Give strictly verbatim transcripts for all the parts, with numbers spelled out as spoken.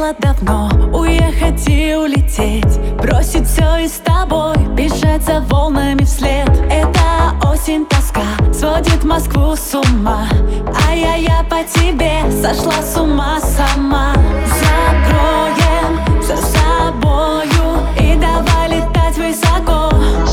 хотела давно уехать и улететь, бросить все и с тобой бежать за волнами вслед. Эта осень, тоска сводит Москву с ума, а я, я по тебе сошла с ума сама. Закроем все собою и давай летать высоко.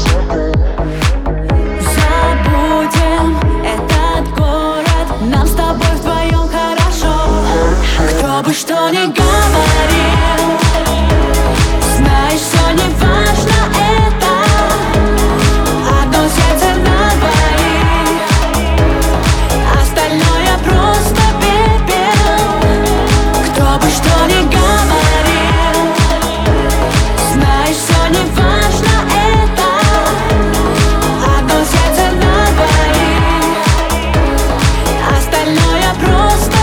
Забудем этот город, нам с тобой вдвоем хорошо. Кто бы что ни говорил, знаешь, все не важно, это одно сердце на двоих, остальное просто пепел. Кто бы что ни говорил, знаешь, все не важно, это одно сердце на двоих, остальное просто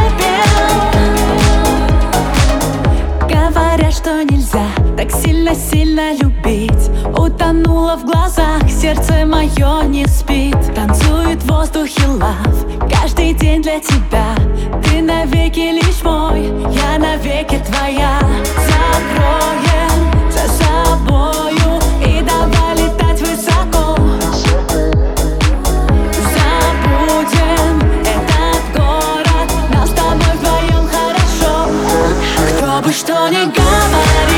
пепел. Говорят, что нельзя так сильно-сильно любить, утонула в глазах, сердце мое не спит. Танцует в воздухе лав, каждый день для тебя. Ты навеки лишь мой, я навеки твоя. Закроем за собою и давай летать высоко. Забудем этот город, нам с тобой вдвоем хорошо. Кто бы что ни говорил,